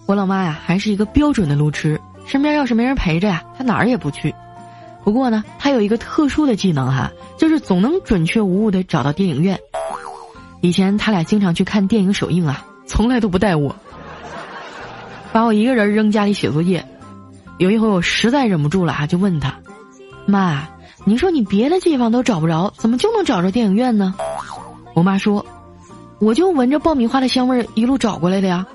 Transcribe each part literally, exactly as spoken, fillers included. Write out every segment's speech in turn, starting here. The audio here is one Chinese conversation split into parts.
我老妈呀还是一个标准的路痴，身边要是没人陪着呀，她哪儿也不去。不过呢，她有一个特殊的技能哈，就是总能准确无误地找到电影院。以前他俩经常去看电影首映啊，从来都不带我，把我一个人扔家里写作业。有一回我实在忍不住了啊，就问他：妈，你说你别的地方都找不着，怎么就能找着电影院呢？我妈说：我就闻着爆米花的香味一路找过来的呀。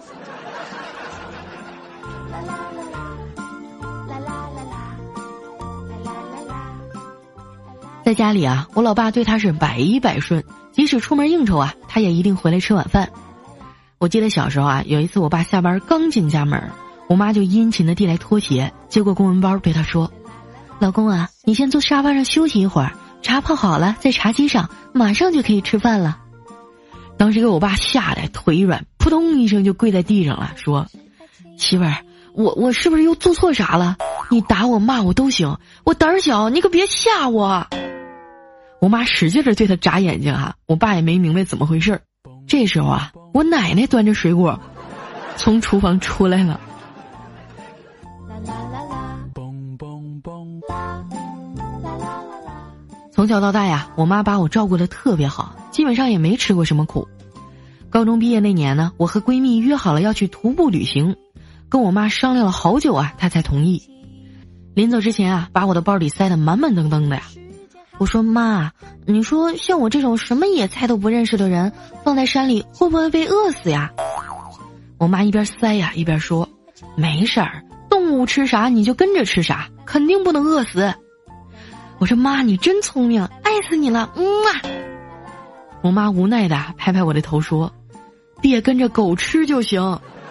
在家里啊，我老爸对他是百依百顺，即使出门应酬啊，他也一定回来吃晚饭。我记得小时候啊，有一次我爸下班刚进家门，我妈就殷勤地递来拖鞋，接过公文包对他说：老公啊，你先坐沙发上休息一会儿，茶泡好了在茶几上，马上就可以吃饭了。当时给我爸吓得腿软，扑通一声就跪在地上了，说：媳妇儿，我我是不是又做错啥了？你打我骂我都行，我胆儿小，你可别吓我。我妈使劲地对他眨眼睛啊，我爸也没明白怎么回事。这时候啊，我奶奶端着水果从厨房出来了。从小到大呀，我妈把我照顾得特别好，基本上也没吃过什么苦。高中毕业那年呢，我和闺蜜约好了要去徒步旅行，跟我妈商量了好久啊，她才同意。临走之前啊，把我的包里塞得满满登登的呀。我说妈，你说像我这种什么野菜都不认识的人，放在山里会不会被饿死呀？我妈一边塞呀一边说：没事儿，动物吃啥你就跟着吃啥，肯定不能饿死。我说妈，你真聪明，爱死你了，嗯啊。我妈无奈的拍拍我的头说：别跟着狗吃就行。